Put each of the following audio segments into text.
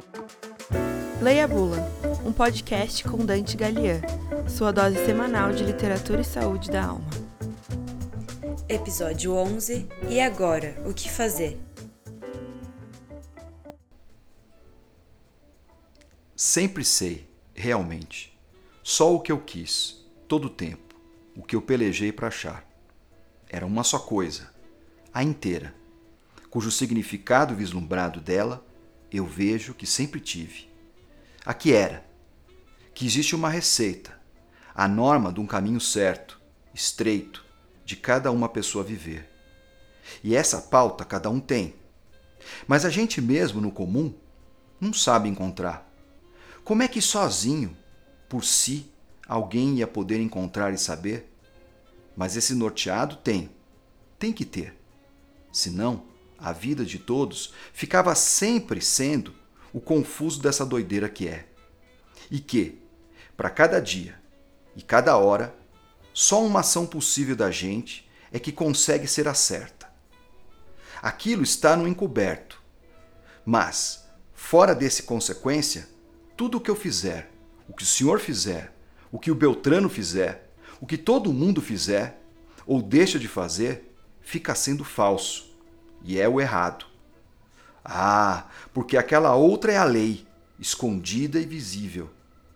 Leia a Bula, um podcast com Dante Gallian, sua dose semanal de literatura e saúde da alma. Episódio 11. E agora, o que fazer? Sempre sei, realmente, só o que eu quis, todo o tempo, o que eu pelejei para achar. Era uma só coisa, a inteira, cujo significado vislumbrado dela eu vejo que sempre tive. A que era? Que existe uma receita, a norma de um caminho certo, estreito, de cada uma pessoa viver. E essa pauta cada um tem. Mas a gente mesmo, no comum, não sabe encontrar. Como é que sozinho, por si, alguém ia poder encontrar e saber? Mas esse norteado tem que ter. Senão, a vida de todos ficava sempre sendo o confuso dessa doideira que é. E que, para cada dia e cada hora, só uma ação possível da gente é que consegue ser a certa. Aquilo está no encoberto. Mas, fora desse consequência, tudo o que eu fizer, o que o senhor fizer, o que o Beltrano fizer, o que todo mundo fizer, ou deixa de fazer, fica sendo falso, e é o errado. Ah, porque aquela outra é a lei, escondida e visível.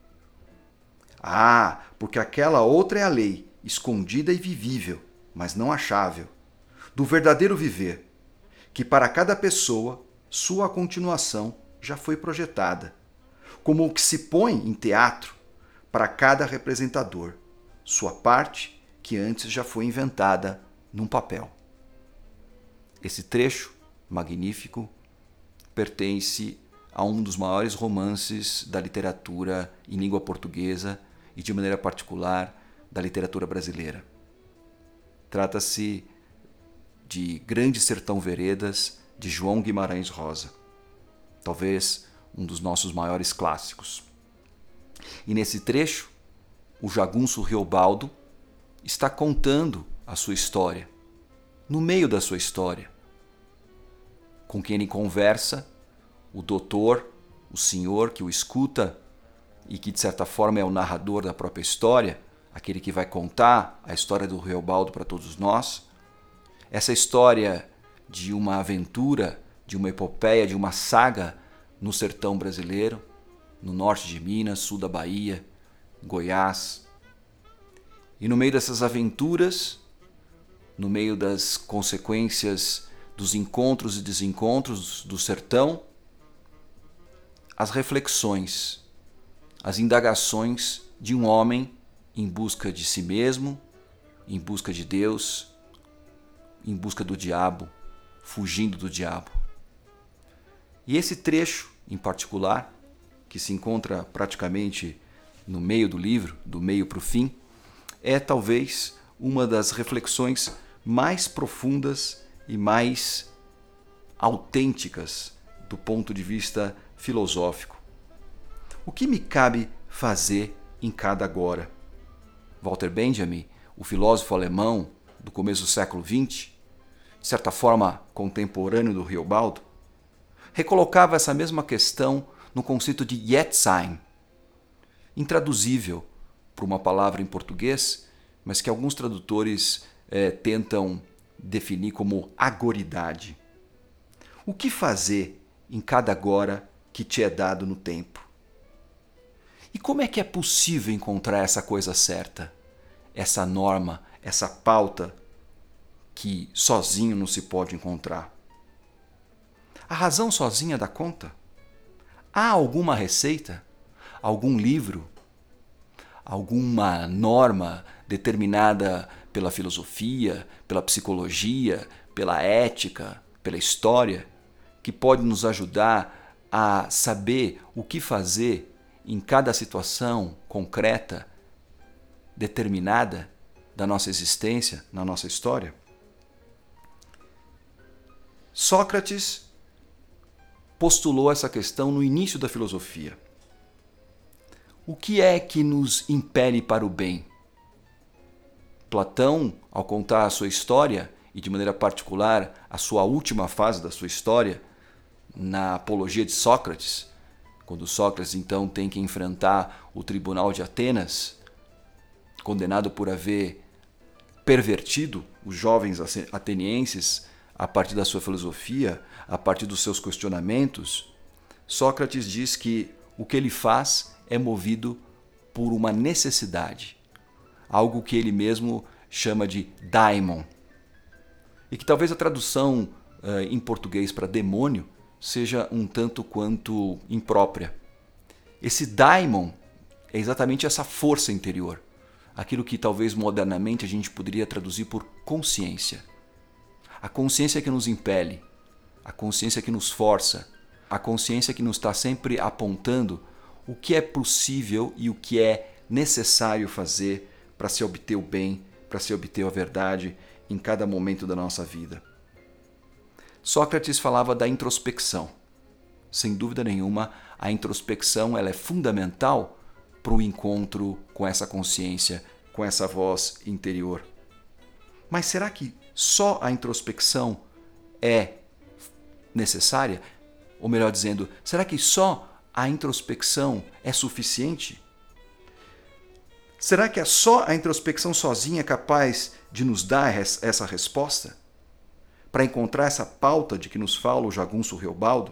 Ah, porque aquela outra é a lei, escondida e vivível, mas não achável, do verdadeiro viver, que para cada pessoa, sua continuação já foi projetada, como o que se põe em teatro para cada representador, sua parte que antes já foi inventada num papel. Esse trecho magnífico pertence a um dos maiores romances da literatura em língua portuguesa e, de maneira particular, da literatura brasileira. Trata-se de Grande Sertão Veredas, de João Guimarães Rosa, talvez um dos nossos maiores clássicos. E nesse trecho, o jagunço Riobaldo está contando a sua história, no meio da sua história. Com quem ele conversa, o doutor, o senhor que o escuta e que de certa forma é o narrador da própria história, aquele que vai contar a história do Riobaldo para todos nós. Essa história de uma aventura, de uma epopeia, de uma saga no sertão brasileiro, no norte de Minas, sul da Bahia, Goiás. E no meio dessas aventuras, no meio das consequências dos encontros e desencontros do sertão, as reflexões, as indagações de um homem em busca de si mesmo, em busca de Deus, em busca do diabo, fugindo do diabo. E esse trecho, em particular, que se encontra praticamente no meio do livro, do meio para o fim, é talvez uma das reflexões mais profundas e mais autênticas do ponto de vista filosófico. O que me cabe fazer em cada agora? Walter Benjamin, o filósofo alemão do começo do século XX, de certa forma contemporâneo do Riobaldo, recolocava essa mesma questão no conceito de Jetzt-Sein, intraduzível por uma palavra em português, mas que alguns tradutores tentam definir como agoridade. O que fazer em cada agora que te é dado no tempo? E como é que é possível encontrar essa coisa certa, essa norma, essa pauta que sozinho não se pode encontrar? A razão sozinha dá conta? Há alguma receita? Algum livro? Alguma norma determinada pela filosofia, pela psicologia, pela ética, pela história, que pode nos ajudar a saber o que fazer em cada situação concreta, determinada da nossa existência, na nossa história? Sócrates postulou essa questão no início da filosofia. O que é que nos impele para o bem? Platão, ao contar a sua história, e de maneira particular a sua última fase da sua história, na Apologia de Sócrates, quando Sócrates então tem que enfrentar o tribunal de Atenas, condenado por haver pervertido os jovens atenienses a partir da sua filosofia, a partir dos seus questionamentos, Sócrates diz que o que ele faz é movido por uma necessidade, algo que ele mesmo chama de daimon, e que talvez a tradução em português para demônio seja um tanto quanto imprópria. Esse daimon é exatamente essa força interior, aquilo que talvez modernamente a gente poderia traduzir por consciência. A consciência que nos impele, a consciência que nos força, a consciência que nos está sempre apontando o que é possível e o que é necessário fazer para se obter o bem, para se obter a verdade em cada momento da nossa vida. Sócrates falava da introspecção. Sem dúvida nenhuma, a introspecção ela é fundamental para o encontro com essa consciência, com essa voz interior. Mas será que só a introspecção é necessária? Ou melhor dizendo, será que só a introspecção é suficiente? Será que só a introspecção sozinha é capaz de nos dar essa resposta? Para encontrar essa pauta de que nos fala o Jagunço Reobaldo?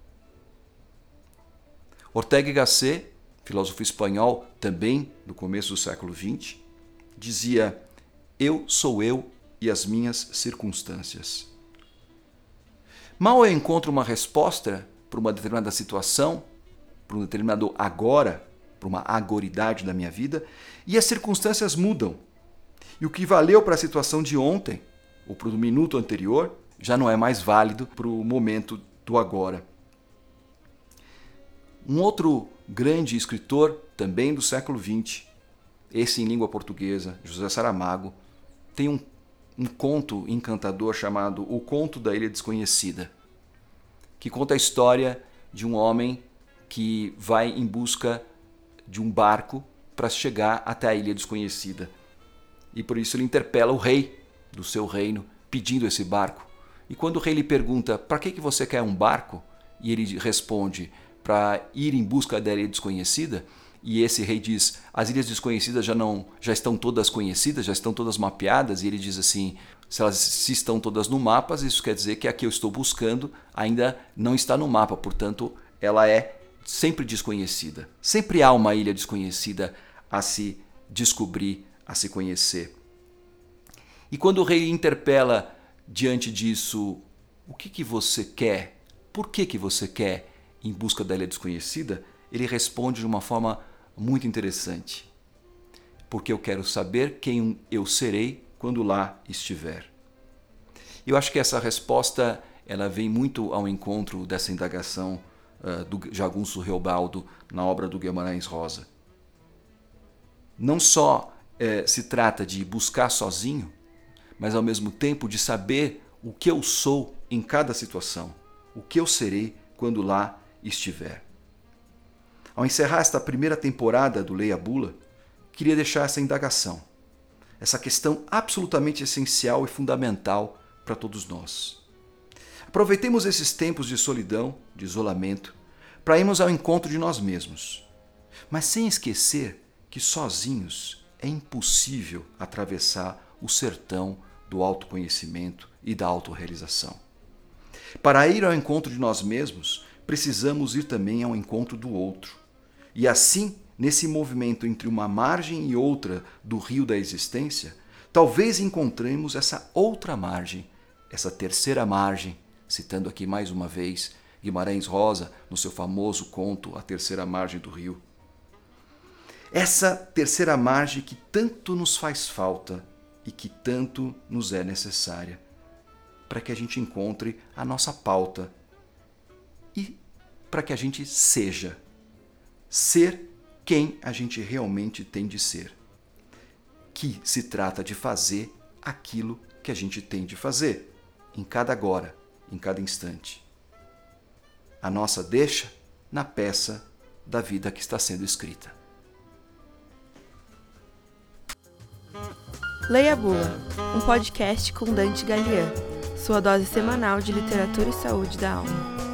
Ortega y Gasset, filósofo espanhol também do começo do século XX, dizia: eu sou eu e as minhas circunstâncias. Mal eu encontro uma resposta para uma determinada situação, para um determinado agora, para uma agoridade da minha vida, e as circunstâncias mudam. E o que valeu para a situação de ontem, ou para o minuto anterior, já não é mais válido para o momento do agora. Um outro grande escritor, também do século XX, esse em língua portuguesa, José Saramago, tem um conto encantador chamado O Conto da Ilha Desconhecida, que conta a história de um homem que vai em busca de um barco para chegar até a Ilha Desconhecida. E por isso ele interpela o rei do seu reino pedindo esse barco. E quando o rei lhe pergunta: para que você quer um barco? E ele responde: para ir em busca da Ilha Desconhecida. E esse rei diz: as ilhas desconhecidas já estão todas conhecidas, já estão todas mapeadas. E ele diz assim: se estão todas no mapa, isso quer dizer que a que eu estou buscando ainda não está no mapa, portanto ela é sempre desconhecida. Sempre há uma ilha desconhecida a se descobrir, a se conhecer. E quando o rei interpela diante disso: o que você quer? Por que você quer em busca da ilha desconhecida? Ele responde de uma forma muito interessante: porque eu quero saber quem eu serei quando lá estiver. Eu acho que essa resposta ela vem muito ao encontro dessa indagação do Jagunço Reobaldo na obra do Guimarães Rosa. Não só se trata de buscar sozinho, mas ao mesmo tempo de saber o que eu sou em cada situação, o que eu serei quando lá estiver. Ao encerrar esta primeira temporada do Leia a Bula, queria deixar essa indagação, essa questão absolutamente essencial e fundamental para todos nós. Aproveitemos esses tempos de solidão, de isolamento, para irmos ao encontro de nós mesmos, mas sem esquecer que sozinhos é impossível atravessar o sertão do autoconhecimento e da autorrealização. Para ir ao encontro de nós mesmos, precisamos ir também ao encontro do outro. E assim, nesse movimento entre uma margem e outra do rio da existência, talvez encontremos essa outra margem, essa terceira margem, citando aqui mais uma vez Guimarães Rosa no seu famoso conto A Terceira Margem do Rio. Essa terceira margem que tanto nos faz falta e que tanto nos é necessária para que a gente encontre a nossa pauta e para que a gente seja. Ser quem a gente realmente tem de ser. Que se trata de fazer aquilo que a gente tem de fazer, em cada agora, em cada instante. A nossa deixa na peça da vida que está sendo escrita. Leia a Bula, um podcast com Dante Gallian, sua dose semanal de literatura e saúde da alma.